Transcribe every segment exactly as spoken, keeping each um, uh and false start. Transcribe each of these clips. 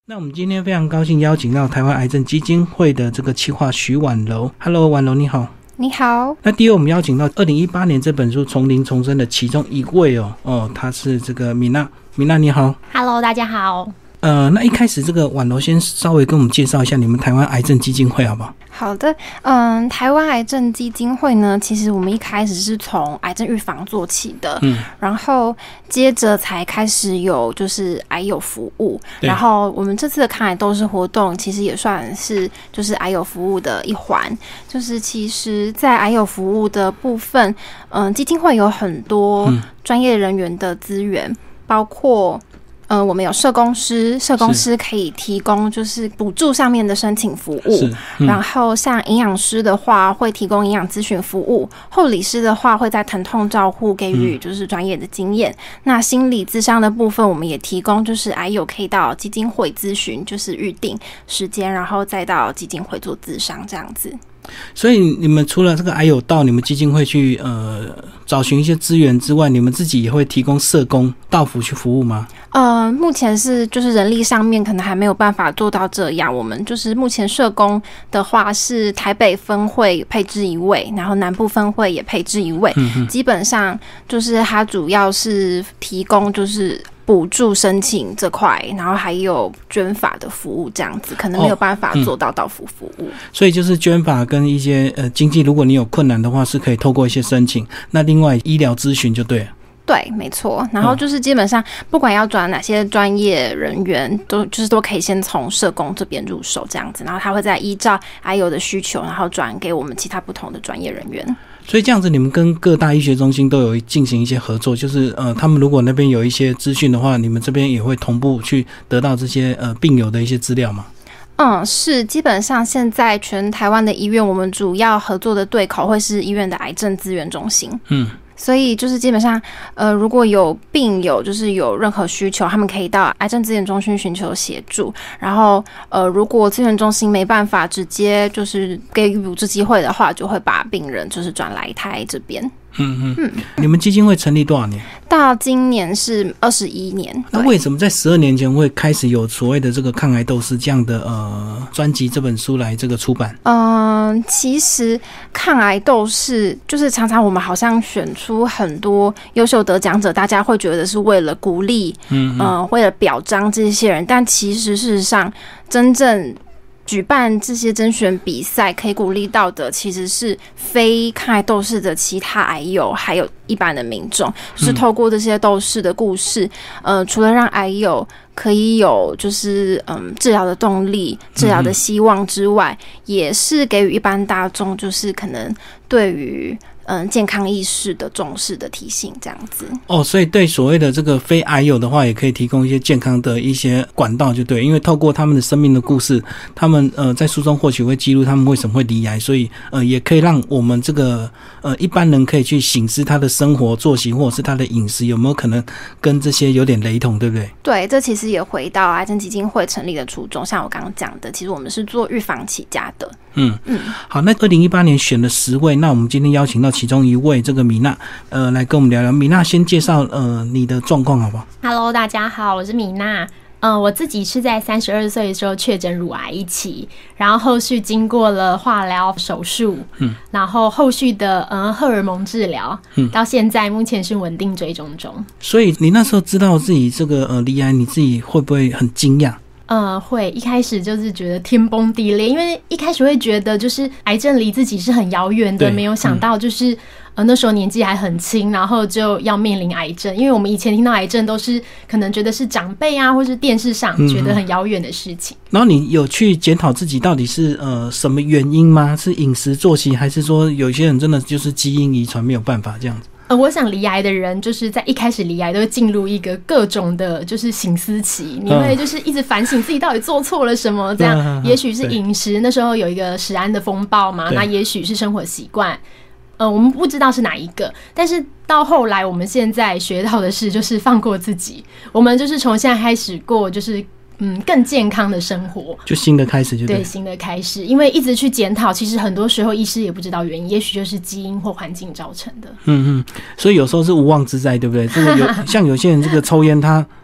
那我们今天非常高兴邀请到台湾癌症基金会的这个企划徐婉柔。 Hello， 婉柔你好。 你好。 那第二我们邀请到二零一八年这本书从零重生的其中一位哦哦，他是这个米娜。米娜你好。 Hello， 大家好。 呃，那一开始这个婉柔先稍微跟我们介绍一下你们台湾癌症基金会好不好？ 好的，嗯，台湾癌症基金会呢，其实我们一开始是从癌症预防做起的，嗯，然后接着才开始有就是癌友服务，然后我们这次的抗癌斗士活动其实也算是就是癌友服务的一环，就是其实在癌友服务的部分，嗯，基金会有很多专业人员的资源，包括呃，我们有社工师，社工师可以提供就是补助上面的申请服务，嗯、然后像营养师的话会提供营养咨询服务，护理师的话会在疼痛照护给予就是专业的经验、嗯。那心理咨商的部分，我们也提供就是癌友可以到基金会咨询，就是预定时间，然后再到基金会做咨商这样子。 所以你们除了这个癌友到你们基金会去呃找寻一些资源之外，你们自己也会提供社工到府去服务吗？ 呃，目前是就是人力上面可能还没有办法做到这样。我们就是目前社工的话是台北分会配置一位，然后南部分会也配置一位，嗯、基本上就是它主要是提供就是补助申请这块，然后还有捐发的服务这样子，可能没有办法做到到府服务、哦嗯、 所以就是捐发跟一些呃经济，如果你有困难的话是可以透过一些申请，那另外医疗咨询就对了。 对，没错。然后就是基本上不管要转哪些专业人员，都就是都可以先从社工这边入手这样子，然后他会再依照癌友的需求，然后转给我们其他不同的专业人员。 所以这样子，你们跟各大医学中心都有进行一些合作，就是呃，他们如果那边有一些资讯的话，你们这边也会同步去得到这些呃病友的一些资料吗？ 嗯，是，基本上现在全台湾的医院，我们主要合作的对口会是医院的癌症资源中心。嗯。所以就是基本上，呃，如果有病友就是有任何需求，他们可以到癌症资源中心寻求协助。然后，呃，如果资源中心没办法直接就是给予补助机会的话，就会把病人就是转来台这边。 嗯嗯，你们基金会成立多少年？ 到今年是二十一年。 那为什么在十二年前会开始有所谓的这个抗癌斗士这样的呃专辑这本书来这个出版？ 嗯、呃，其实抗癌斗士就是常常我们好像选出很多优秀得奖者，大家会觉得是为了鼓励，嗯呃，为了表彰这些人，但其实事实上真正举办这些甄选比赛可以鼓励到的其实是非抗癌斗士的其他癌友还有一般的民众，就是透过这些斗士的故事，呃，除了让癌友可以有就是嗯治疗的动力、治疗的希望之外，也是给予一般大众就是可能对于嗯，健康意识的重视的提醒，这样子。 哦，所以对所谓的这个非癌友的话，也可以提供一些健康的一些管道，就对。因为透过他们的生命的故事，他们呃在书中或许会记录他们为什么会罹癌，所以呃也可以让我们这个呃一般人可以去省思他的生活作息或者是他的饮食有没有可能跟这些有点雷同，对不对？ 对，这其实也回到癌症基金会成立的初衷，像我刚刚讲的，其实我们是做预防起家的。 嗯嗯，好，那二零一八年选了十位，那我们今天邀请到其中一位这个米娜，呃，来跟我们聊聊。米娜先介绍呃你的状况好不好 ？Hello， 大家好，我是米娜。呃，我自己是在三十二岁的时候确诊乳癌一期，然后后续经过了化疗、手术，嗯，然后后续的呃荷尔蒙治疗，嗯，到现在目前是稳定追踪中。 所以你那时候知道自己这个呃罹癌，你自己会不会很惊讶？ 呃，会，一开始就是觉得天崩地裂，因为一开始会觉得就是癌症离自己是很遥远的，没有想到就是、嗯、呃那时候年纪还很轻，然后就要面临癌症。因为我们以前听到癌症都是可能觉得是长辈啊，或是电视上觉得很遥远的事情、嗯。然后你有去检讨自己到底是呃什么原因吗？是饮食作息，还是说有些人真的就是基因遗传没有办法这样子？ 呃，我想罹癌的人就是在一开始罹癌都会进入一个各种的就是省思期，你会就是一直反省自己到底做错了什么，这样、嗯、也许是饮食，那时候有一个食安的风暴嘛，那也许是生活习惯，呃，我们不知道是哪一个，但是到后来我们现在学到的是就是放过自己，我们就是从现在开始过就是嗯，更健康的生活， 就新的开始就 对, 对新的开始，因为一直去检讨，其实很多时候医师也不知道原因，也许就是基因或环境造成的。 嗯嗯，所以有时候是无妄之灾，对不对？这个有像有些人这个抽烟他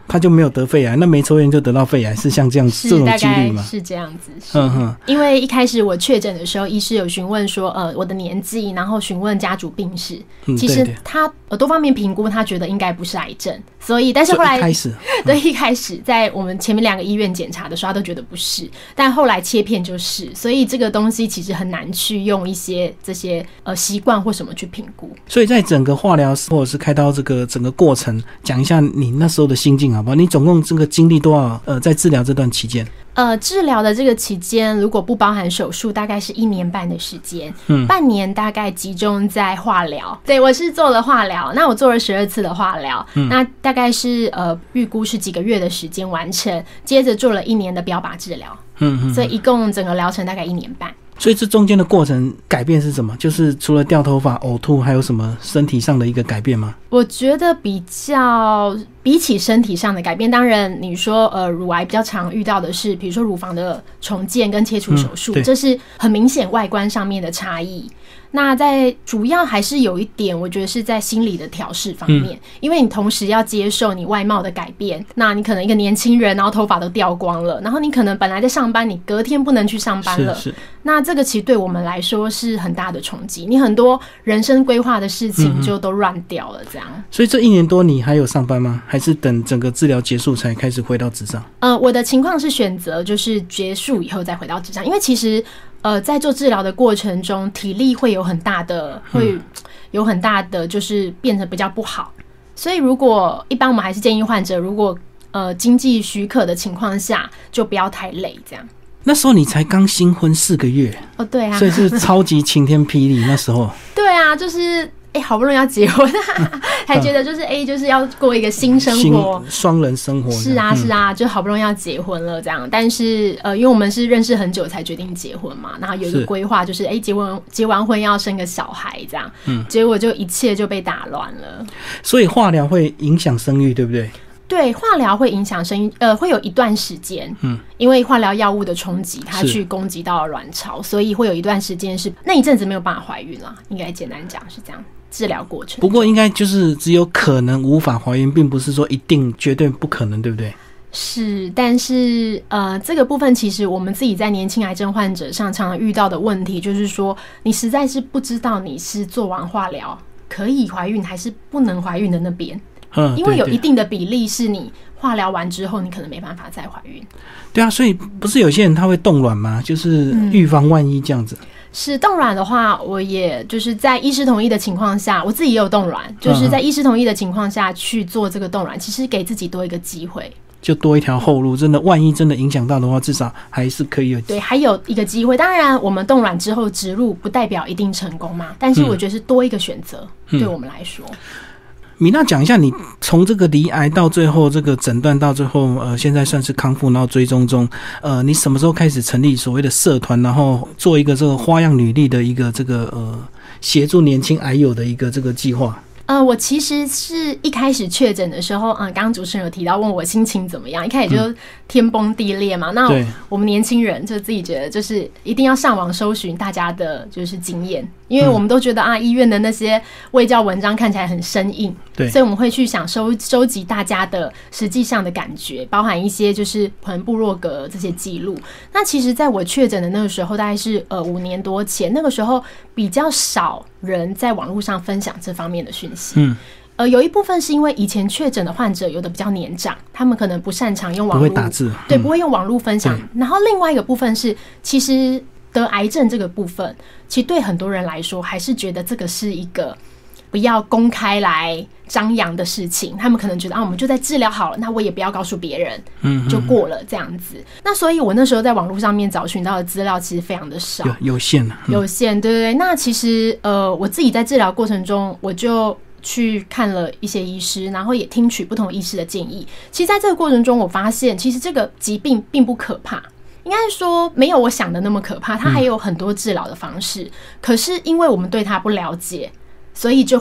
他就没有得肺癌，那没抽烟就得到肺癌，是像这样这种几率吗？ 是这样子。是嗯哼，因为一开始我确诊的时候，医师有询问说，呃，我的年纪，然后询问家族病史。嗯、其实他呃多方面评估，他觉得应该不是癌症，所以但是后来一开始、嗯、 对一开始在我们前面两个医院检查的时候，他都觉得不是，但后来切片就是，所以这个东西其实很难去用一些这些呃习惯或什么去评估。 所以在整个化疗或者是开刀这个整个过程，讲一下你那时候的心境好不好？你总共这个经历多少？呃，在治疗这段期间， 呃，治疗的这个期间，如果不包含手术，大概是一年半的时间。嗯，半年大概集中在化疗。对，我是做了化疗，那我做了十二次的化疗，嗯、那大概是呃预估是几个月的时间完成，接着做了一年的标靶治疗。嗯嗯，所以一共整个疗程大概一年半。 所以这中间的过程改变是什么？就是除了掉头发、呕吐，还有什么身体上的一个改变吗？ 我觉得比较比起身体上的改变，当然你说呃乳癌比较常遇到的是，比如说乳房的重建跟切除手术，嗯、这是很明显外观上面的差异。那在主要还是有一点，我觉得是在心理的调试方面，嗯、因为你同时要接受你外貌的改变，那你可能一个年轻人，然后头发都掉光了，然后你可能本来在上班，你隔天不能去上班了，是是那这个其实对我们来说是很大的冲击，你很多人生规划的事情就都乱掉了，这样。嗯、 所以这一年多你还有上班吗？还是等整个治疗结束才开始回到职场？ 呃，我的情况是选择就是结束以后再回到职场，因为其实。呃，在做治疗的过程中，体力会有很大的，会有很大的，就是变成比较不好。所以，如果一般我们还是建议患者，如果呃经济许可的情况下，就不要太累，这样。 那时候你才刚新婚四个月哦，对啊， 所以是超级晴天霹雳。那时候， 对啊，就是。哎、欸，好不容易要结婚，还觉得就是哎、欸，就是要过一个新生活， 双人生活。 是啊，是啊，就好不容易要结婚了，这样。但是呃，因为我们是认识很久才决定结婚嘛，然后有一个规划，就是哎、欸，结婚结完婚要生个小孩，这样。嗯，结果就一切就被打乱了。 所以化疗会影响生育，对不对？ 对，化疗会影响生育，呃，会有一段时间，嗯，因为化疗药物的冲击，它去攻击到了卵巢，所以会有一段时间是那一阵子没有办法怀孕啦。应该简单讲是这样。治疗过程， 不过应该就是只有可能无法怀孕，并不是说一定绝对不可能，对不对？ 是，但是呃，这个部分其实我们自己在年轻癌症患者上常常遇到的问题，就是说你实在是不知道你是做完化疗可以怀孕还是不能怀孕的那边，嗯，因为有一定的比例是你化疗完之后你可能没办法再怀孕。 对啊，所以不是有些人他会冻卵吗？就是预防万一这样子。嗯是冻卵的话，我也就是在医师同意的情况下，我自己也有冻卵，就是在医师同意的情况下去做这个冻卵，其实给自己多一个机会， 就多一条后路。真的，万一真的影响到的话，至少还是可以有对，还有一个机会。当然，我们冻卵之后植入不代表一定成功嘛，但是我觉得是多一个选择，嗯、对我们来说。 米娜讲一下，你从这个罹癌到最后这个诊断到最后，呃，现在算是康复，然后追踪中，呃，你什么时候开始成立所谓的社团，然后做一个这个花样女力的一个这个呃协助年轻癌友的一个这个计划？ 呃，我其实是一开始确诊的时候，嗯，刚刚主持人有提到问我心情怎么样，一开始就天崩地裂嘛。嗯、那我们年轻人就自己觉得，就是一定要上网搜寻大家的就是经验，因为我们都觉得啊，医院的那些卫教文章看起来很生硬，对，所以我们会去想收收集大家的实际上的感觉，包含一些就是可能部落格这些记录。那其实在我确诊的那个时候，大概是呃五年多前，那个时候比较少人在网络上分享这方面的讯息。嗯，呃，有一部分是因为以前确诊的患者有的比较年长，他们可能不擅长用网络， 不会打字， 对，不会用网络分享。然后另外一个部分是，其实得癌症这个部分，其实对很多人来说，还是觉得这个是一个不要公开来张扬的事情。他们可能觉得啊，我们就在治疗好了，那我也不要告诉别人，嗯，就过了这样子。那所以我那时候在网络上面找寻到的资料其实非常的少， 有有限啊， 有限，对对对。那其实呃，我自己在治疗过程中，我就去看了一些医师，然后也听取不同医师的建议。其实在这个过程中，我发现其实这个疾病并不可怕，应该说没有我想的那么可怕，它还有很多治疗的方式。嗯、可是因为我们对它不了解，所以就会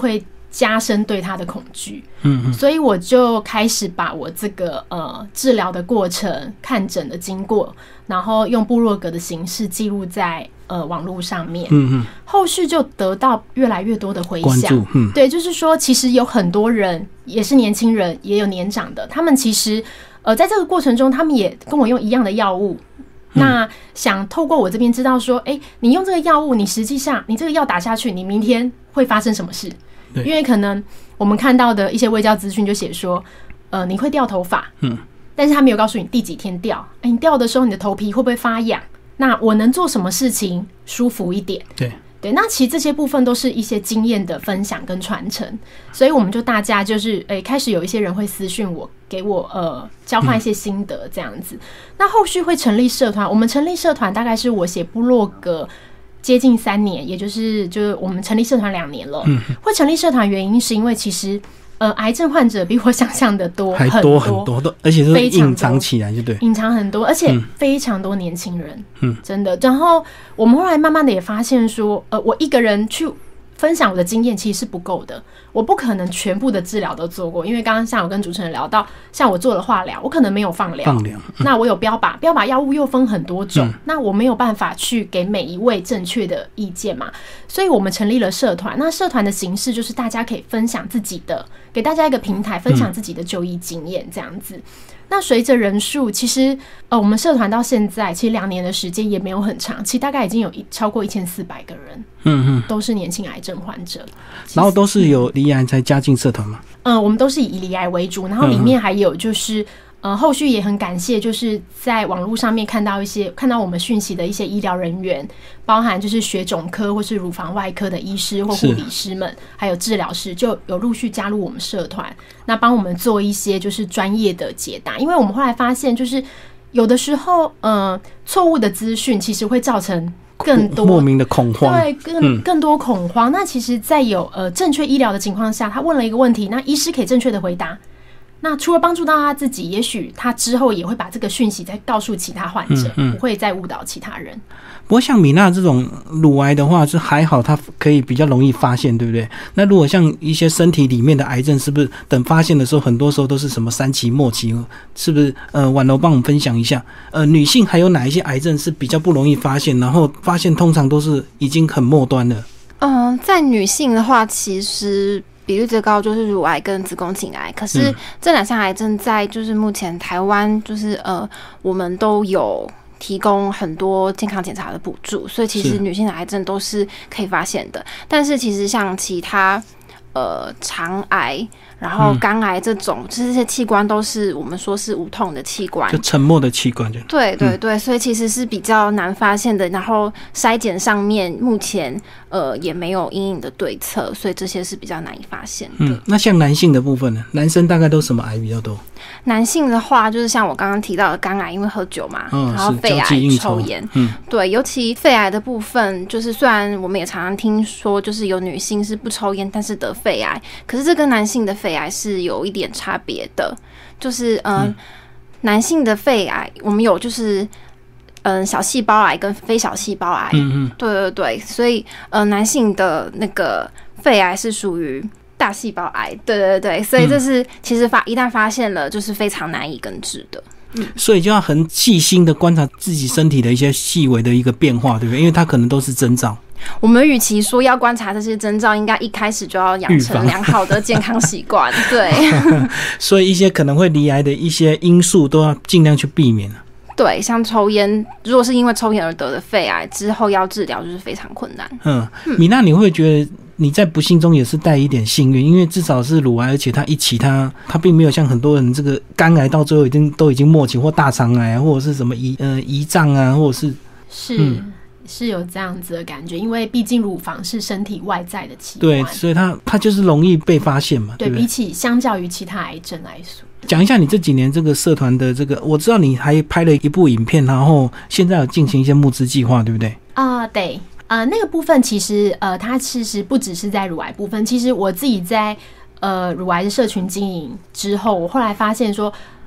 加深对它的恐惧。嗯嗯，所以我就开始把我这个呃治疗的过程、看诊的经过，然后用部落格的形式记录在呃网络上面。嗯嗯，后续就得到越来越多的回响。嗯，对，就是说其实有很多人也是年轻人，也有年长的，他们其实呃在这个过程中，他们也跟我用一样的药物。那想透过我这边知道说，哎、欸，你用这个药物，你实际上你这个药打下去，你明天会发生什么事？因为可能我们看到的一些卫教资讯就写说，呃，你会掉头发，嗯，但是他没有告诉你第几天掉。哎、欸，你掉的时候，你的头皮会不会发痒？那我能做什么事情舒服一点？对。对，那其实这些部分都是一些经验的分享跟传承，所以我们就大家就是诶、欸，开始有一些人会私讯我，给我呃交换一些心得这样子。嗯、那后续会成立社团，我们成立社团大概是我写部落格接近三年，也就是就是我们成立社团两年了。嗯，会成立社团原因是因为其实。呃，癌症患者比我想象的多， 还多很多，都而且是隐藏起来，就对， 隐藏很多，而且非常多年轻人，嗯，真的。然后我们后来慢慢的也发现说，呃，我一个人去分享我的经验其实是不够的，我不可能全部的治疗都做过，因为刚刚像我跟主持人聊到，像我做了化疗，我可能没有放疗， 放疗， 嗯、那我有标靶，标靶药物又分很多种，嗯、那我没有办法去给每一位正确的意见嘛，所以我们成立了社团。那社团的形式就是大家可以分享自己的，给大家一个平台，分享自己的就医经验这样子。嗯那随着人数，其实呃，我们社团到现在其实两年的时间也没有很长，其实大概已经有一超过一千四百个人，嗯嗯，都是年轻癌症患者， 然后都是有罹癌才加进社团吗？ 嗯、呃，我们都是以罹癌为主，然后里面还有就是。呃，后续也很感谢，就是在网络上面看到一些看到我们讯息的一些医疗人员，包含就是血肿科或是乳房外科的医师或护理师们，还有治疗师，就有陆续加入我们社团，那帮我们做一些就是专业的解答。因为我们后来发现，就是有的时候，呃，错误的资讯其实会造成更多莫名的恐慌， 对，更更多恐慌。嗯、那其实，在有呃正确医疗的情况下，他问了一个问题，那医师可以正确的回答。那除了帮助到他自己，也许他之后也会把这个讯息再告诉其他患者，嗯嗯、不会再误导其他人。 不过像米娜这种乳癌的话，是还好，它可以比较容易发现，对不对？那如果像一些身体里面的癌症，是不是等发现的时候，很多时候都是什么三期末期？是不是？呃，婉柔帮我们分享一下，呃，女性还有哪一些癌症是比较不容易发现，然后发现通常都是已经很末端了？ 嗯、呃，在女性的话，其实。比率最高就是乳癌跟子宫颈癌，可是这两项癌症在就是目前台湾就是呃我们都有提供很多健康检查的补助，所以其实女性的癌症都是可以发现的。但是其实像其他呃肠癌，然后肝癌这种，这、嗯、些器官都是我们说是无痛的器官， 就沉默的器官就。 对对对、嗯，所以其实是比较难发现的。然后筛检上面目前呃也没有因应的对策，所以这些是比较难以发现的。 嗯，那像男性的部分呢？男生大概都什么癌比较多？ 男性的话，就是像我刚刚提到的肝癌，因为喝酒嘛，嗯、然后肺癌、抽烟，嗯，对，尤其肺癌的部分，就是虽然我们也常常听说，就是有女性是不抽烟，但是得肺癌，可是这跟男性的肺癌是有一点差别的，就是嗯、呃，男性的肺癌，我们有就是嗯小细胞癌跟非小细胞癌，嗯嗯，对对对，所以呃男性的那个肺癌是属于大细胞癌，对对对，所以这是其实发一旦发现了，就是非常难以根治的。 嗯，所以就要很细心的观察自己身体的一些细微的一个变化，对不对？因为它可能都是征兆。 我们与其说要观察这些征兆，应该一开始就要养成良好的健康习惯。对， 所以一些可能会罹癌的一些因素都要尽量去避免。 对，像抽烟，如果是因为抽烟而得的肺癌，之后要治疗就是非常困难。 嗯，米娜，你会觉得你在不幸中也是带一点幸运，因为至少是乳癌，而且它一起它它并没有像很多人这个肝癌到最后已经都已经末期，或大肠癌或者是什么胰呃胰脏啊，或者是是。嗯是有这样子的感觉，因为毕竟乳房是身体外在的器官， 对，所以它它就是容易被发现嘛。 对， 对不对？ 比起相较于其他癌症来说， 讲一下你这几年这个社团的这个，我知道你还拍了一部影片，然后现在有进行一些募资计划，对不对？ 啊、呃，对，呃，那个部分其实呃，它其实不只是在乳癌部分，其实我自己在呃乳癌的社群经营之后，我后来发现说。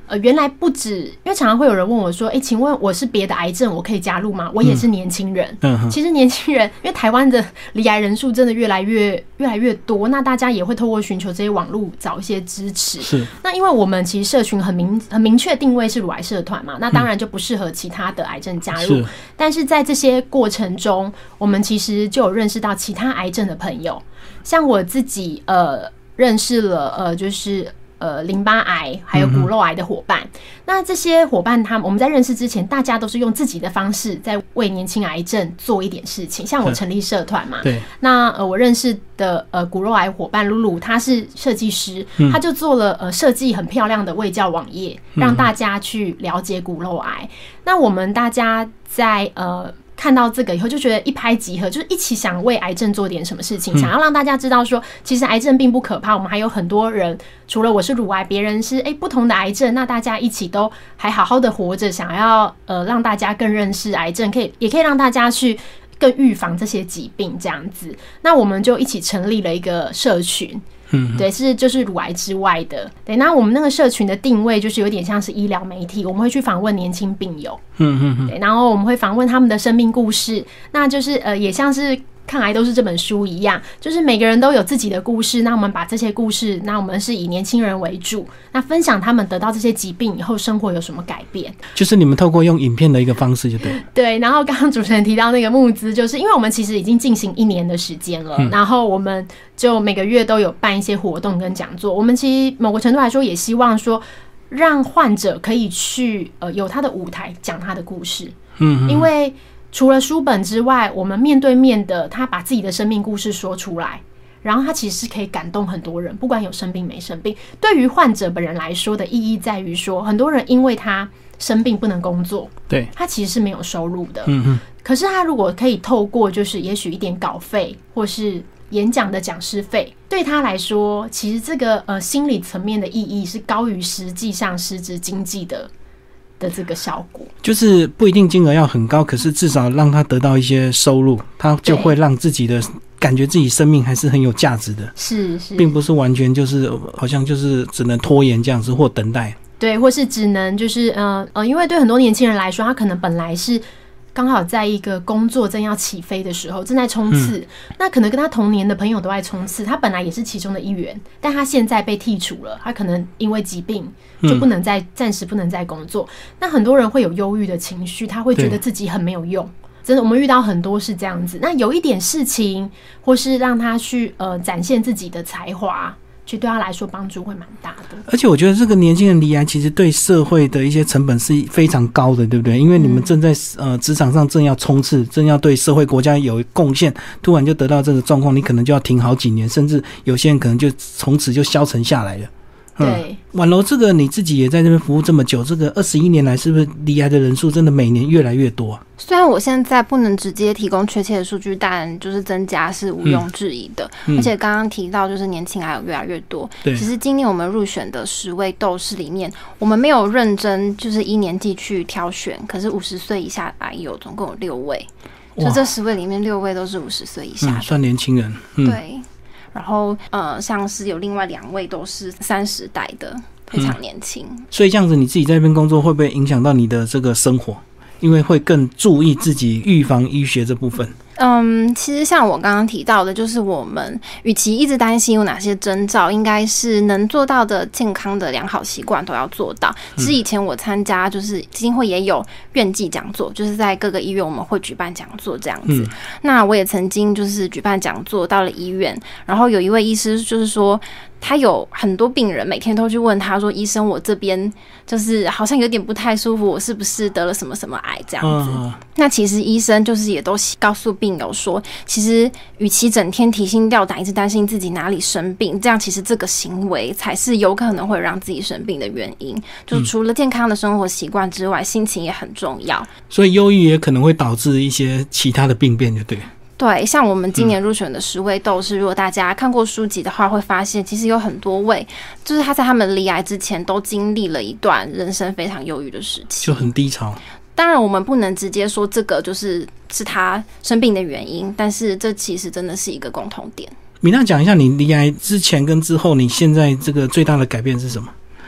呃，原来不止，因为常常会有人问我说：“哎、欸，请问我是别的癌症，我可以加入吗？”我也是年轻人。嗯，其实年轻人，因为台湾的罹癌人数真的越来越越来越多，那大家也会透过寻求这些网络找一些支持。是。那因为我们其实社群很明很明确定位是乳癌社团嘛，那当然就不适合其他的癌症加入。是。但是在这些过程中，我们其实就有认识到其他癌症的朋友，像我自己呃认识了呃就是。呃，淋巴癌还有骨肉癌的伙伴，嗯、那这些伙伴他们我们在认识之前，大家都是用自己的方式在为年轻癌症做一点事情。像我成立社团嘛，对，那呃我认识的呃骨肉癌伙伴露露，她是设计师，嗯、她就做了呃设计很漂亮的卫教网页，让大家去了解骨肉癌。嗯、那我们大家在呃。看到这个以后就觉得一拍即合，就是一起想为癌症做点什么事情，嗯、想要让大家知道说其实癌症并不可怕，我们还有很多人除了我是乳癌，别人是哎、欸、不同的癌症，那大家一起都还好好的活着，想要呃让大家更认识癌症，可以也可以让大家去更预防这些疾病这样子。那我们就一起成立了一个社群。嗯，对，是就是乳癌之外的。对，那我们那个社群的定位就是有点像是医疗媒体，我们会去访问年轻病友，嗯嗯嗯，对，然后我们会访问他们的生命故事，那就是呃，也像是抗癌都是这本书一样，就是每个人都有自己的故事，那我们把这些故事，那我们是以年轻人为主，那分享他们得到这些疾病以后生活有什么改变， 就是你们透过用影片的一个方式就对。 对，然后刚刚主持人提到那个募资，就是因为我们其实已经进行一年的时间了，嗯、然后我们就每个月都有办一些活动跟讲座，我们其实某个程度来说也希望说让患者可以去呃有他的舞台讲他的故事，嗯，因为除了书本之外，我们面对面的他把自己的生命故事说出来，然后他其实是可以感动很多人，不管有生病没生病。对于患者本人来说的意义在于说，很多人因为他生病不能工作，对，他其实是没有收入的。嗯嗯。可是他如果可以透过就是也许一点稿费或是演讲的讲师费，对他来说，其实这个呃心理层面的意义是高于实际上实质经济的。的这个效果就是不一定金额要很高，可是至少让他得到一些收入，他就会让自己的感觉自己生命还是很有价值的，是是，并不是完全就是好像就是只能拖延这样子或等待， 对，或是只能就是呃呃，因为对很多年轻人来说，他可能本来是刚好在一个工作正要起飞的时候，正在冲刺、嗯，那可能跟他同年的朋友都在冲刺，他本来也是其中的一员，但他现在被剔除了，他可能因为疾病就不能再暂、嗯、时不能再工作。那很多人会有忧郁的情绪，他会觉得自己很没有用。真的，我们遇到很多是这样子。那有一点事情，或是让他去呃展现自己的才华。其实对他来说帮助会蛮大的， 而且我觉得这个年轻人罹癌其实对社会的一些成本是非常高的，对不对？因为你们正在呃职场上正要冲刺，正要对社会国家有贡献，突然就得到这个状况，你可能就要停好几年，甚至有些人可能就从此就消沉下来了。对，婉柔，这个你自己也在这边服务这么久，这个二十一年来，是不是罹癌的人数真的每年越来越多啊？ 虽然我现在不能直接提供确切的数据，但就是增加是毋庸置疑的。嗯、而且刚刚提到，就是年轻癌友越来越多。对，其实今年我们入选的十位斗士里面，我们没有认真就是依年纪去挑选，可是五十岁以下癌友总共有六位，就这十位里面六位都是五十岁以下的、 嗯，算年轻人。嗯、 对。然后呃，像是有另外两位都是三十代的，非常年轻、嗯。所以这样子，你自己在这边工作会不会影响到你的这个生活？因为会更注意自己预防医学这部分。 嗯，其实像我刚刚提到的，就是我们与其一直担心有哪些征兆，应该是能做到的健康的良好习惯都要做到。其实以前我参加就是基金会也有院际讲座，就是在各个医院我们会举办讲座这样子、嗯、那我也曾经就是举办讲座到了医院，然后有一位医师就是说他有很多病人每天都去问他说，医生我这边就是好像有点不太舒服，我是不是得了什么什么癌这样子、嗯、那其实医生就是也都告诉病友说，其实与其整天提心吊胆一直担心自己哪里生病，这样其实这个行为才是有可能会让自己生病的原因。就是除了健康的生活习惯之外、嗯、心情也很重要， 所以忧郁也可能会导致一些其他的病变，就对。 对，像我们今年入选的十位斗士、嗯、如果大家看过书籍的话，会发现其实有很多位就是他在他们罹癌之前都经历了一段人生非常忧郁的时期， 就很低潮。 当然我们不能直接说这个就是是他生病的原因，但是这其实真的是一个共同点。 米娜讲一下你罹癌之前跟之后你现在这个最大的改变是什么？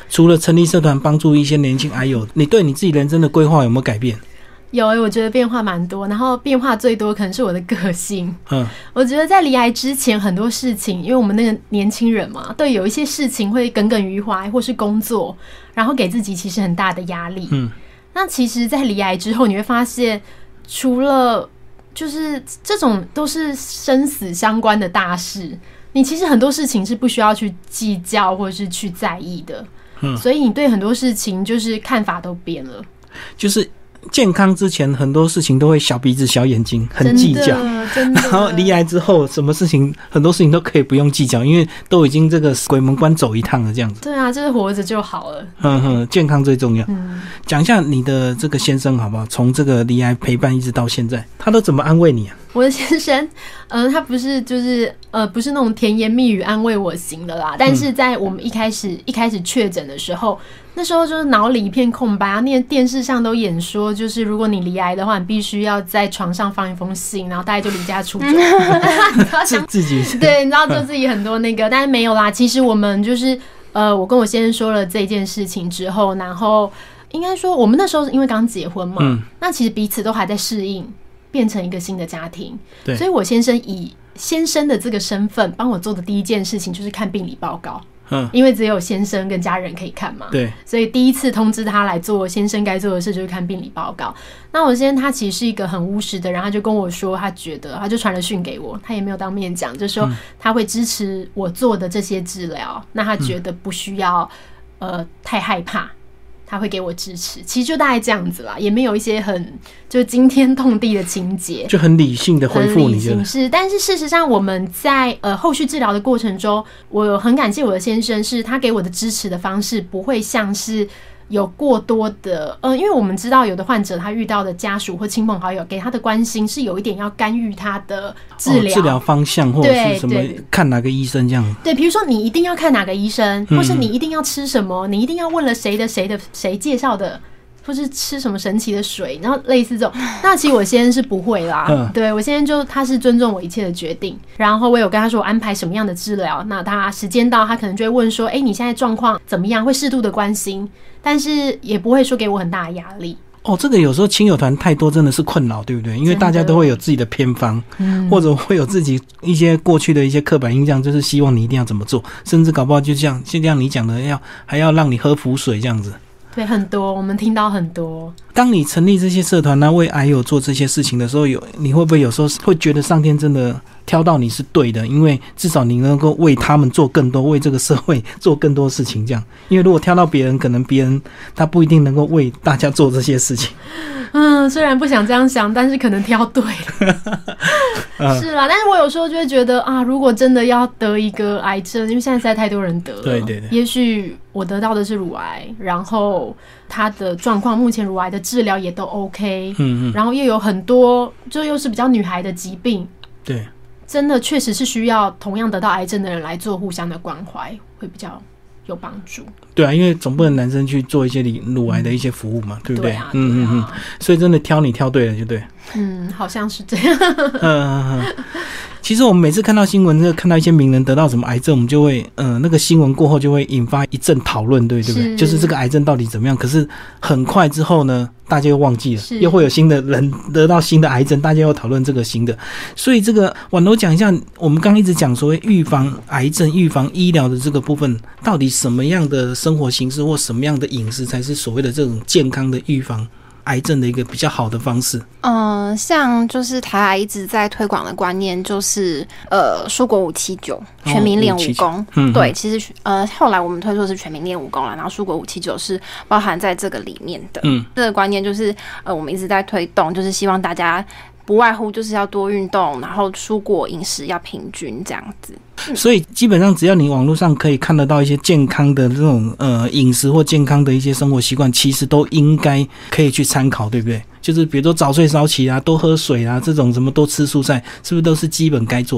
除了成立社团帮助一些年轻癌友，你对你自己人生的规划有没有改变？ 有、欸、我觉得变化蛮多，然后变化最多可能是我的个性。 嗯， 我觉得在离癌之前很多事情，因为我们那个年轻人嘛，对有一些事情会耿耿于怀，或是工作，然后给自己其实很大的压力。 嗯， 那其实在离癌之后，你会发现除了就是这种都是生死相关的大事，你其实很多事情是不需要去计较或是去在意的。嗯，所以你对很多事情就是看法都变了， 就是健康之前很多事情都会小鼻子小眼睛，很计较， 真的。 然后离癌之后，什么事情很多事情都可以不用计较，因为都已经这个鬼门关走一趟了，这样子。 对啊，就是活着就好了。 嗯哼，健康最重要。 嗯， 讲一下你的这个先生好不好？从这个离癌陪伴一直到现在，他都怎么安慰你啊？ 我的先生，呃，他不是就是呃，不是那种甜言蜜语安慰我型的啦。但是在我们一开始、嗯、一开始确诊的时候，那时候就是脑里一片空白啊，那电视上都演说，就是如果你离癌的话，你必须要在床上放一封信，然后大概就离家出走。你知道自自己对，你知道就自己很多那个，但是没有啦。其实我们就是呃，我跟我先生说了这件事情之后，然后应该说我们那时候因为刚结婚嘛、嗯，那其实彼此都还在适应。变成一个新的家庭，对，所以我先生以先生的这个身份帮我做的第一件事情就是看病理报告，嗯，因为只有先生跟家人可以看嘛， 对， 所以第一次通知他来做先生该做的事就是看病理报告。那我先生他其实是一个很务实的人，他就跟我说，他觉得他就传了讯给我，他也没有当面讲，就说他会支持我做的这些治疗、嗯，那他觉得不需要呃太害怕。他会给我支持，其实就大概这样子啦，也没有一些很就惊天动地的情节， 就很理性的回复你觉得是。但是事实上我们在呃后续治疗的过程中，我很感谢我的先生，是他给我的支持的方式不会像是有过多的呃，因为我们知道有的患者他遇到的家属或亲朋好友给他的关心是有一点要干预他的治疗、哦、 治疗方向或者是什么看哪个医生这样。 对，比如说你一定要看哪个医生，或是你一定要吃什么，嗯、你一定要问了谁的谁的谁介绍的，或是吃什么神奇的水，然后类似这种。那其实我先生是不会啦，嗯、对我先生就他是尊重我一切的决定，然后我有跟他说我安排什么样的治疗，那他时间到他可能就会问说，哎、欸，你现在状况怎么样？会适度的关心。但是也不会说给我很大的压力哦。这个有时候亲友团太多真的是困扰，对不对？因为大家都会有自己的偏方、嗯、或者会有自己一些过去的一些刻板印象，就是希望你一定要怎么做，甚至搞不好就像就像你讲的要还要让你喝符水这样子。 对，很多我们听到很多。 当你成立这些社团呢，为癌友做这些事情的时候，有你会不会有时候会觉得上天真的挑到你是对的？因为至少你能够为他们做更多，为这个社会做更多事情这样。因为如果挑到别人，可能别人他不一定能够为大家做这些事情。 嗯，虽然不想这样想，但是可能挑对了。是啦，但是我有时候就会觉得啊，如果真的要得一个癌症，因为现在实在太多人得了， 对对对， 也许我得到的是乳癌，然后他的状况目前乳癌的治疗也都 OK， 嗯嗯，然后又有很多，就又是比较女孩的疾病， 对， 真的确实是需要同样得到癌症的人来做互相的关怀，会比较有帮助。 对啊，因为总不能男生去做一些乳癌的一些服务嘛，嗯、对不对？ 对啊， 嗯嗯嗯，所以真的挑你挑对了，就对。 嗯，好像是这样。 嗯嗯嗯。其实我们每次看到新闻，看到一些名人得到什么癌症，我们就会，呃，那个新闻过后就会引发一阵讨论，对对不对？是就是这个癌症到底怎么样？可是很快之后呢，大家又忘记了，又会有新的人得到新的癌症，大家又讨论这个新的。所以这个婉柔讲一下，我们刚刚一直讲所谓预防癌症、预防医疗的这个部分，到底什么样的生活形式或什么样的饮食才是所谓的这种健康的预防癌症的一个比较好的方式？ 嗯、呃，像就是台癌一直在推广的观念，就是呃，蔬果五七九，全民练武功。哦、嗯，对，其实呃，后来我们推出的是全民练武功啦，然后蔬果五七九是包含在这个里面的。嗯，这个观念就是呃，我们一直在推动，就是希望大家不外乎就是要多运动，然后蔬果饮食要平均这样子。 所以基本上只要你网络上可以看得到一些健康的这种呃饮食或健康的一些生活习惯，其实都应该可以去参考，对不对？就是比如说早睡早起啊，多喝水啊，这种什么多吃蔬菜，是不是都是基本该做的？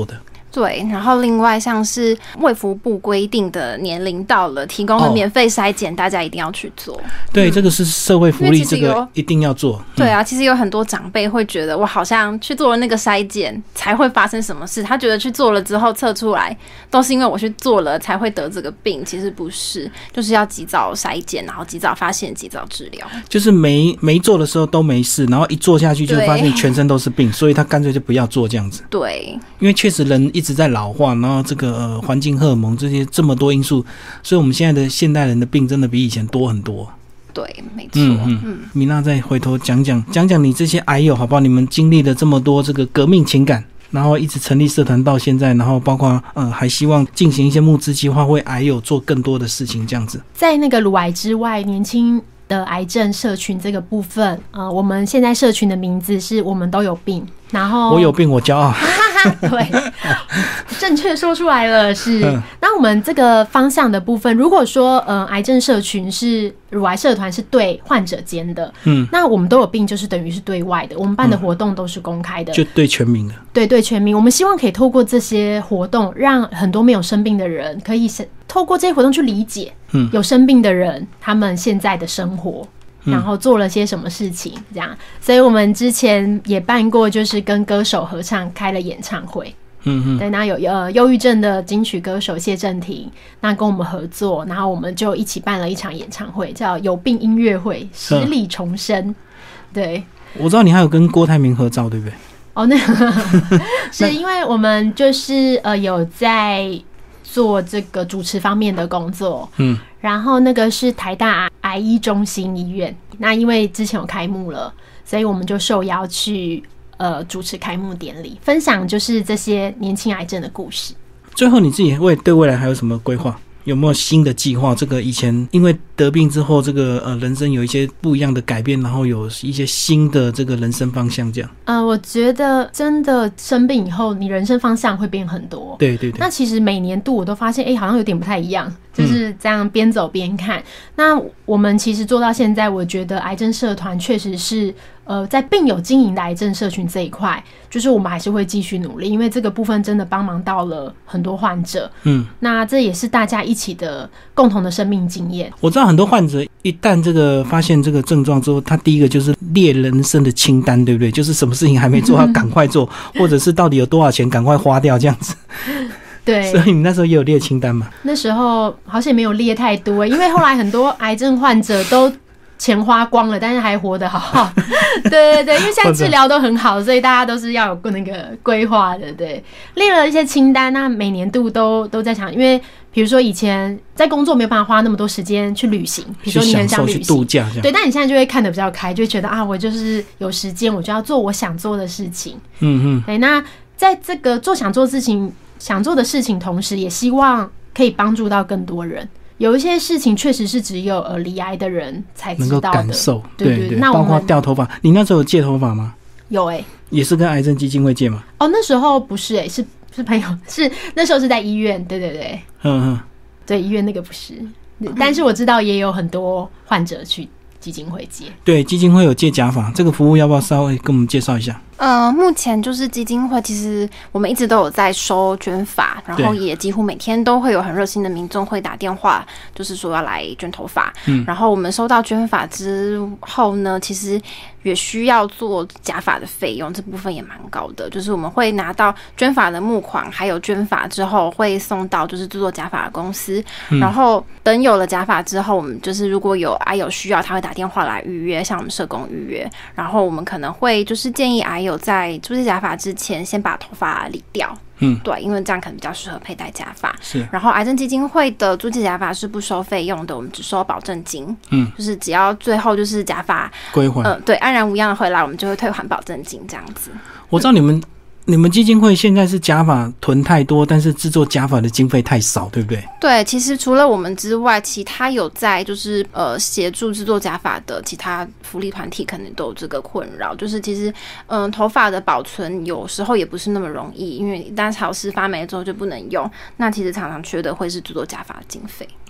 对，然后另外像是卫福部规定的年龄到了，提供的免费筛检，大家一定要去做。 对，嗯、这个是社会福利，这个一定要做。 嗯、对啊，其实有很多长辈会觉得，我好像去做了那个筛检才会发生什么事，他觉得去做了之后测出来都是因为我去做了才会得这个病，其实不是，就是要及早筛检，然后及早发现，及早治疗。就是没没做的时候都没事，然后一做下去就发现全身都是病，所以他干脆就不要做这样子。 对， 因为确实人一直在老化，然后这个呃环境荷尔蒙这些这么多因素，所以我们现在的现代人的病真的比以前多很多。 对，没错。 嗯嗯嗯，米娜再回头讲讲讲讲你这些癌友好不好？你们经历了这么多这个革命情感，然后一直成立社团到现在，然后包括呃还希望进行一些募资计划，为癌友做更多的事情，这样子。 在那个乳癌之外，年轻的癌症社群这个部分，呃，我们现在社群的名字是我们都有病，然后我有病我骄傲。 对，正确说出来了是。那我们这个方向的部分，如果说呃癌症社群是乳癌社团是对患者间的，嗯，那我们都有病就是等于是对外的，我们办的活动都是公开的， 就对全民的。 对对全民，我们希望可以透过这些活动，让很多没有生病的人可以透过这些活动去理解，嗯，有生病的人他们现在的生活。然后做了些什么事情这样，所以我们之前也办过，就是跟歌手合唱开了演唱会。嗯嗯，对，那有呃忧郁症的金曲歌手谢震廷，那跟我们合作，然后我们就一起办了一场演唱会，叫有病音乐会，十里重生。对， 我知道你还有跟郭台铭合照，对不对？ 哦，那個是因为我们就是呃有在做这个主持方面的工作，嗯，然后那个是台大癌医中心医院，那因为之前有开幕了，所以我们就受邀去呃主持开幕典礼，分享就是这些年轻癌症的故事。 最后你自己未对未来还有什么规划？有没有新的计划？这个以前因为得病之后，这个呃人生有一些不一样的改变，然后有一些新的这个人生方向，这样。 呃，我觉得真的生病以后，你人生方向会变很多。 对对对。 那其实每年度我都发现，哎、欸，好像有点不太一样，就是这样边走边看。嗯、那我们其实做到现在，我觉得癌症社团确实是。呃，在病友经营的癌症社群这一块，就是我们还是会继续努力，因为这个部分真的帮忙到了很多患者。嗯，那这也是大家一起的共同的生命经验。 我知道很多患者一旦这个发现这个症状之后，他第一个就是列人生的清单，对不对？就是什么事情还没做，要赶快做，或者是到底有多少钱赶快花掉这样子。 对， 所以你那时候也有列清单吗？ 那时候好像没有列太多，因为后来很多癌症患者都。钱花光了，但是还活得好好。对对对，因为现在治疗都很好，所以大家都是要有那个规划的。对，列了一些清单，那每年度都都在想，因为比如说以前在工作没有办法花那么多时间去旅行，比如说你很想旅行、 去度假， 对，但你现在就会看得比较开，就会觉得啊，我就是有时间，我就要做我想做的事情。嗯嗯，对，那在这个做想做事情、想做的事情同时，也希望可以帮助到更多人。有一些事情确实是只有呃罹癌的人才知道的， 能够感受， 对 对, 对, 对，那我们包括掉头发。你那时候有借头发吗？ 有哎、欸， 也是跟癌症基金会借吗？ 哦，那时候不是哎、欸，是是朋友，是那时候是在医院，对对对，嗯嗯，对，医院那个不是，但是我知道也有很多患者去基金会借， 对，基金会有借假发，这个服务要不要稍微跟我们介绍一下？ 呃，目前就是基金会，其实我们一直都有在收捐发，然后也几乎每天都会有很热心的民众会打电话，就是说要来捐头发。嗯，然后我们收到捐发之后呢，其实也需要做假发的费用，这部分也蛮高的。就是我们会拿到捐发的募款，还有捐发之后会送到就是制作假发的公司，嗯、然后等有了假发之后，我们就是如果有癌友需要，他会打电话来预约，像我们社工预约，然后我们可能会就是建议癌友。有在注射假发之前，先把头发理掉。嗯，对，因为这样可能比较适合佩戴假发。是，然后癌症基金会的注射假发是不收费用的，我们只收保证金。嗯，就是只要最后就是假发归还， 呃，对，安然无恙的回来，我们就会退还保证金这样子。 我知道你们。你们基金会现在是假发囤太多，但是制作假发的经费太少，对不对？ 对，其实除了我们之外，其他有在就是呃协助制作假发的其他福利团体，可能都有这个困扰。就是其实嗯、呃，头发的保存有时候也不是那么容易，因为一旦潮湿发霉之后就不能用。那其实常常缺的会是制作假发的经费。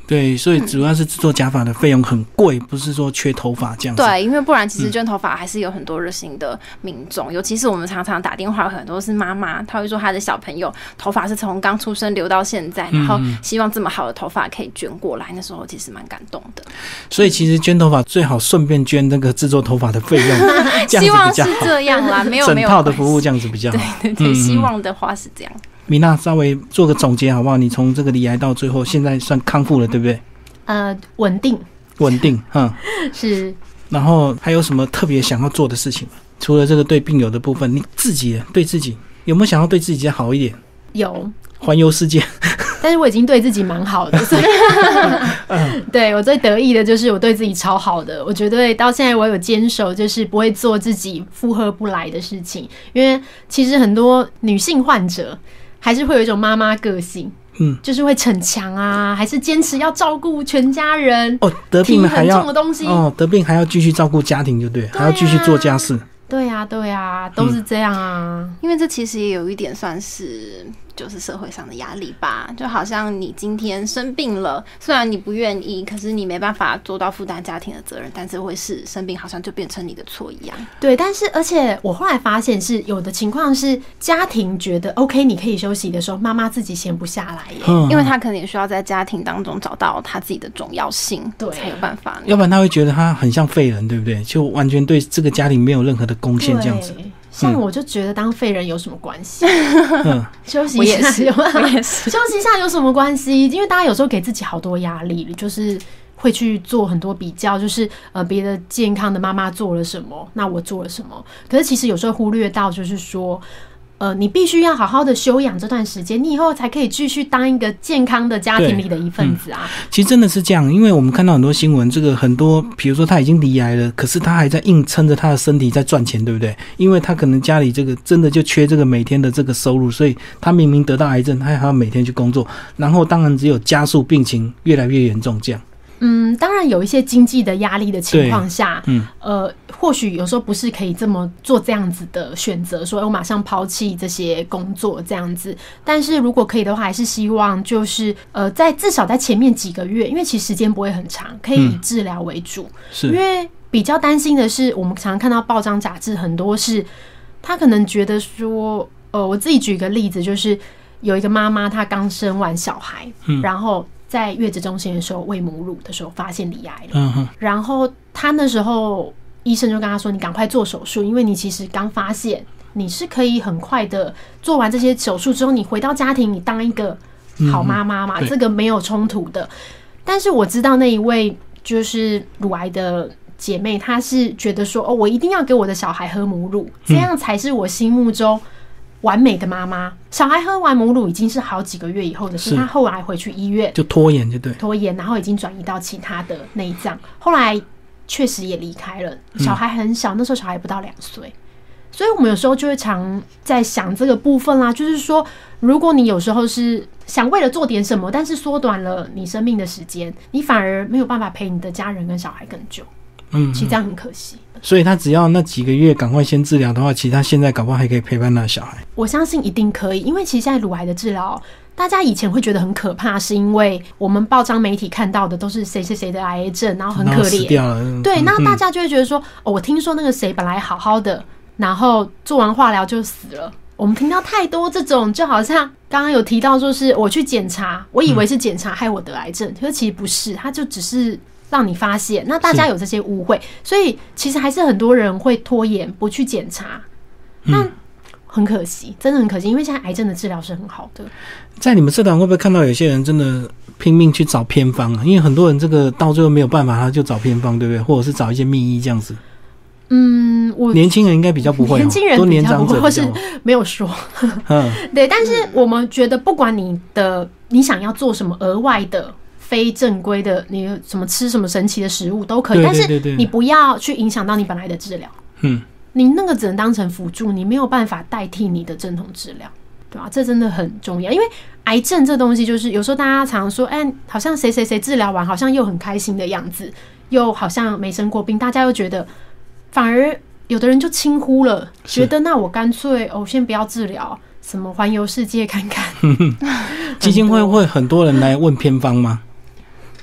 对，所以主要是制作假发的费用很贵，不是说缺头发这样子。 对，因为不然其实捐头发还是有很多热心的民众、嗯、尤其是我们常常打电话有很多是妈妈，她会说她的小朋友头发是从刚出生留到现在、嗯、然后希望这么好的头发可以捐过来，那时候其实蛮感动的。 所以其实捐头发最好顺便捐那个制作头发的费用这样子比较好。 希望是这样啦，没有整套的服务这样子比较好。 对对对、嗯、希望的话是这样。 米娜稍微做个总结好不好？你从这个罹癌到最后现在算康复了对不对？ 呃，稳定， 稳定，嗯， 是。 然后还有什么特别想要做的事情吗？除了这个对病友的部分，你自己对自己有没有想要对自己好一点？ 有， 环游世界。 但是我已经对自己蛮好的，所以对我最得意的就是我对自己超好的。我觉得到现在我有坚守，就是不会做自己负荷不来的事情，因为其实很多女性患者还是会有一种妈妈个性。嗯，就是会逞强啊，还是坚持要照顾全家人哦。得病了还要提很重的东西哦，得病还要继续照顾家庭，就对，对啊、还要继续做家事。 对啊，对啊，都是这样啊。 嗯、因为这其实也有一点算是就是社会上的压力吧，就好像你今天生病了，虽然你不愿意，可是你没办法做到负担家庭的责任，但是会是生病好像就变成你的错一样。 对，但是而且我后来发现是有的情况是家庭觉得 OK 你可以休息的时候，妈妈自己闲不下来耶、 嗯、因为她可能也需要在家庭当中找到她自己的重要性， 对， 才有办法。 要不然她会觉得她很像废人，对不对？就完全对这个家庭没有任何的贡献这样子。 像我就觉得当废人有什么关系？嗯、休息一下有我也是休息一下有什么关系？因为大家有时候给自己好多压力，就是会去做很多比较，就是呃别的健康的妈妈做了什么，那我做了什么？可是其实有时候忽略到，就是说。呃，你必须要好好的休养这段时间，你以后才可以继续当一个健康的家庭里的一份子啊、嗯。 其实真的是这样，因为我们看到很多新闻，这个很多，比如说他已经罹癌了，可是他还在硬撑着他的身体在赚钱，对不对？因为他可能家里这个真的就缺这个每天的这个收入，所以他明明得到癌症，他还要每天去工作，然后当然只有加速病情越来越严重这样。 嗯，当然有一些经济的压力的情况下，嗯，呃，或许有时候不是可以这么做这样子的选择，说我马上抛弃这些工作这样子。但是如果可以的话，还是希望就是呃，在至少在前面几个月，因为其实时间不会很长，可以以治疗为主。嗯、是，因为比较担心的是，我们常常看到报章杂志很多是，他可能觉得说，呃，我自己举个例子，就是有一个妈妈她刚生完小孩，嗯、然后。在月子中心的时候喂母乳的时候发现罹癌了、嗯、然后他那时候医生就跟他说你赶快做手术，因为你其实刚发现你是可以很快的做完这些手术之后你回到家庭你当一个好妈妈嘛、嗯、这个没有冲突的。但是我知道那一位就是乳癌的姐妹她是觉得说哦，我一定要给我的小孩喝母乳，这样才是我心目中完美的妈妈。小孩喝完母乳已经是好几个月以后的事，他后来回去医院就拖延，就对拖延，然后已经转移到其他的内脏，后来确实也离开了。小孩很小，那时候小孩不到两岁，所以我们有时候就会常在想这个部分啦，就是说，如果你有时候是想为了做点什么，但是缩短了你生命的时间，你反而没有办法陪你的家人跟小孩更久。嗯，其实这样很可惜。 所以他只要那几个月赶快先治疗的话，其实他现在搞不好还可以陪伴他的小孩。 我相信一定可以，因为其实现在乳癌的治疗，大家以前会觉得很可怕，是因为我们报章媒体看到的都是谁谁谁的癌症，然后很可怜， 死掉了。 对，那大家就会觉得说，哦，我听说那个谁本来好好的，然后做完化疗就死了。我们听到太多这种，就好像刚刚有提到说是我去检查，我以为是检查害我得癌症，可是其实不是，它就只是让你发现。那大家有这些误会，所以其实还是很多人会拖延不去检查，那很可惜，真的很可惜，因为现在癌症的治疗是很好的。 在你们社团会不会看到有些人真的拼命去找偏方啊？因为很多人这个到最后没有办法，他就找偏方，对不对？或者是找一些秘医这样子。 嗯，我年轻人应该比较不会、喔， 年轻人多年长者或是没有说。嗯，对，但是我们觉得，不管你的你想要做什么额外的、非正规的，你什么吃什么神奇的食物都可以， 对对对对， 但是你不要去影响到你本来的治疗。嗯，你那个只能当成辅助，你没有办法代替你的正统治疗，对吧？这真的很重要，因为癌症这东西就是有时候大家常说，哎、欸，好像谁谁谁治疗完，好像又很开心的样子，又好像没生过病，大家又觉得。反而有的人就轻忽了，觉得那我干脆哦，先不要治疗，什么环游世界看看。 基金会会很多人来问偏方吗？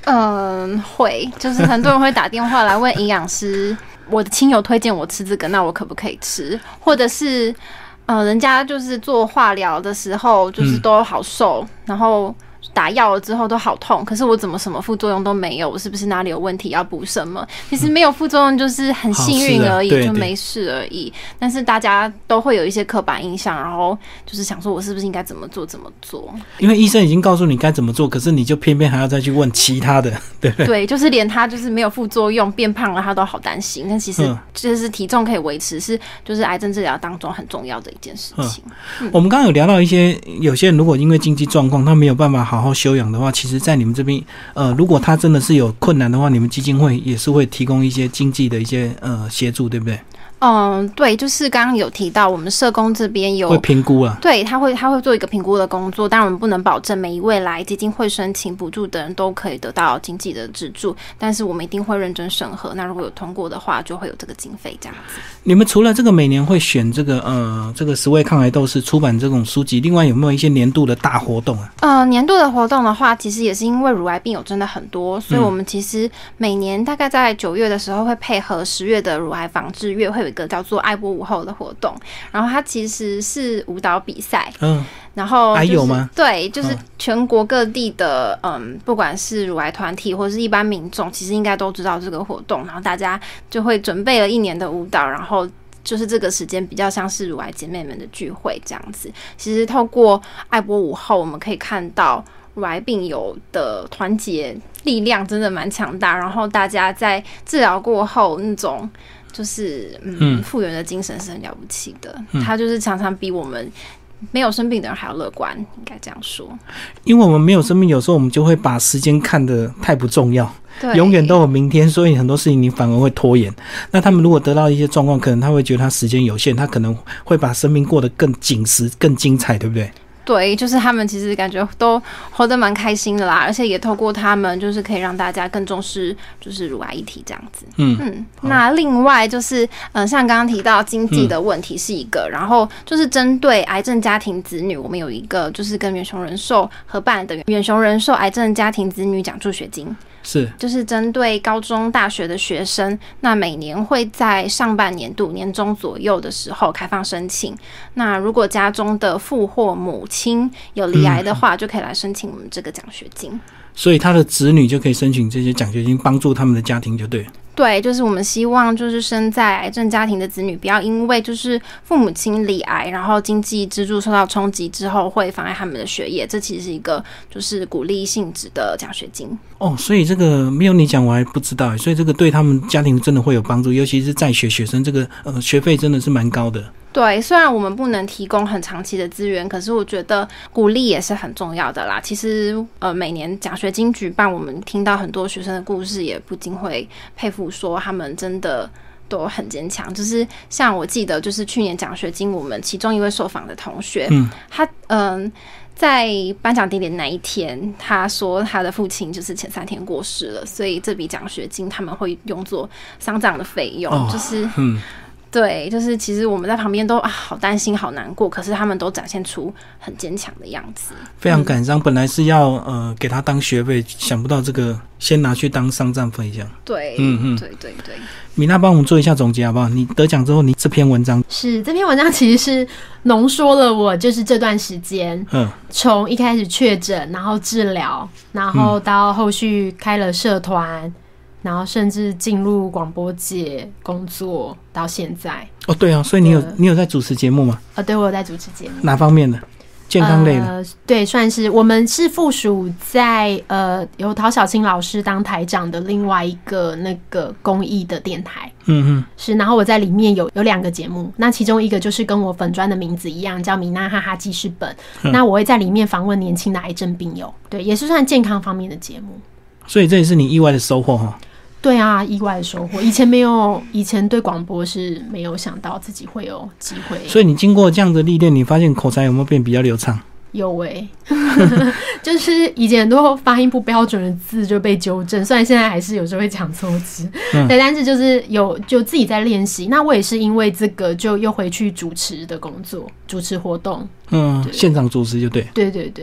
嗯，会，就是很多人会打电话来问营养师，我的亲友推荐我吃这个，那我可不可以吃？或者是，呃，人家就是做化疗的时候，就是都好瘦，嗯、然后打药了之后都好痛，可是我怎么什么副作用都没有？我是不是哪里有问题要补什么？其实没有副作用，就是很幸运而已，就没事而已。但是大家都会有一些刻板印象，然后就是想说我是不是应该怎么做怎么做？ 因为医生已经告诉你该怎么做，可是你就偏偏还要再去问其他的，对不对？ 对，就是连他就是没有副作用，变胖了他都好担心。但其实就是体重可以维持，是就是癌症治疗当中很重要的一件事情。 嗯嗯、我们刚刚有聊到一些，有些人如果因为经济状况他没有办法好好休养的话，其实在你们这边，呃，如果他真的是有困难的话，你们基金会也是会提供一些经济的一些呃协助，对不对？ 嗯，对，就是刚刚有提到，我们社工这边有会评估啊， 对，他会他会做一个评估的工作。当然，我们不能保证每一位来基金会申请补助的人都可以得到经济的资助，但是我们一定会认真审核。那如果有通过的话，就会有这个经费这样子。 你们除了这个每年会选这个呃这个十位抗癌斗士出版这种书籍，另外有没有一些年度的大活动啊？ 呃，年度的活动的话，其实也是因为乳癌病友真的很多，所以我们其实每年大概在九月的时候会配合十月的乳癌防治月，会有一个叫做爱播舞后的活动，然后它其实是舞蹈比赛，嗯，然后、就是、 还有吗？ 对，就是全国各地的嗯，不管是乳癌团体或者是一般民众，其实应该都知道这个活动，然后大家就会准备了一年的舞蹈，然后就是这个时间比较像是乳癌姐妹们的聚会这样子。其实透过爱播舞后，我们可以看到乳癌病友的团结力量真的蛮强大，然后大家在治疗过后那种就是嗯复原的精神是很了不起的，嗯、他就是常常比我们没有生病的人还要乐观，应该这样说。 因为我们没有生病，有时候我们就会把时间看得太不重要，永远都有明天，所以很多事情你反而会拖延。那他们如果得到一些状况，可能他会觉得他时间有限，他可能会把生命过得更紧实、更精彩，对不对？ 对，就是他们其实感觉都活得蛮开心的啦，而且也透过他们，就是可以让大家更重视就是乳癌议题这样子。嗯嗯，那另外就是，嗯、呃，像刚刚提到经济的问题是一个，嗯、然后就是针对癌症家庭子女，我们有一个就是跟远雄人寿合办的远雄人寿癌症家庭子女奖助学金。 是， 就是针对高中大学的学生，那每年会在上半年度年中左右的时候开放申请。那如果家中的父或母亲有罹癌的话，嗯、就可以来申请我们这个奖学金。 所以他的子女就可以申请这些奖学金，帮助他们的家庭就对了。 对，就是我们希望就是生在癌症家庭的子女不要因为就是父母亲罹癌，然后经济支柱受到冲击之后会妨碍他们的学业，这其实是一个就是鼓励性质的奖学金。 哦，所以这个没有你讲我还不知道，所以这个对他们家庭真的会有帮助，尤其是在学学生，这个呃学费真的是蛮高的。 对，虽然我们不能提供很长期的资源，可是我觉得鼓励也是很重要的啦。其实呃，每年奖学金举办，我们听到很多学生的故事，也不禁会佩服说他们真的都很坚强。就是像我记得，就是去年奖学金，我们其中一位受访的同学，嗯，他嗯、呃、在颁奖典礼那一天，他说他的父亲就是前三天过世了，所以这笔奖学金他们会用作丧葬的费用，哦、就是嗯。对，就是其实我们在旁边都啊好担心好难过，可是他们都展现出很坚强的样子， 非常感伤。嗯、本来是要呃给他当学费，想不到这个先拿去当丧葬费这样。 对，嗯嗯，对对对。 米娜帮我们做一下总结好不好？你得奖之后，你这篇文章是这篇文章其实是浓缩了我就是这段时间，嗯，从一开始确诊，然后治疗，然后到后续开了社团。嗯，然后甚至进入广播界工作到现在。哦， 对啊，所以你有你有在主持节目吗？ 呃，对，我有在主持节目。 哪方面的？健康类的？ 呃，对，算是我们是附属在呃由陶小青老师当台长的另外一个那个公益的电台。嗯嗯，是。然后我在里面有有两个节目，那其中一个就是跟我粉专的名字一样，叫米娜哈哈记事本。嗯、那我会在里面访问年轻的癌症病友，对，也是算健康方面的节目。 所以这也是你意外的收获哈。 对啊，意外的收获。以前没有，以前对广播是没有想到自己会有机会。 所以你经过这样的历练，你发现口才有没有变比较流畅？ 有诶、欸，就是以前很多发音不标准的字就被纠正，虽然现在还是有时候会讲错字，嗯、对，但是就是有就自己在练习。那我也是因为这个，就又回去主持的工作，主持活动， 嗯，现场主持就对， 对对对。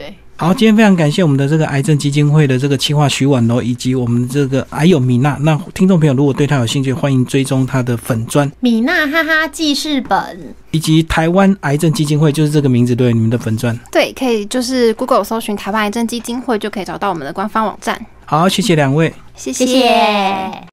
好，今天非常感谢我们的这个癌症基金会的这个企划徐婉柔，以及我们这个癌友米娜。那听众朋友如果对他有兴趣，欢迎追踪他的粉专米娜哈哈记事本， 以及台湾癌症基金会，就是这个名字，对，你们的粉专。 对，可以就是 Google 搜寻台湾癌症基金会就可以找到我们的官方网站。 好，谢谢两位， 谢谢。 谢谢。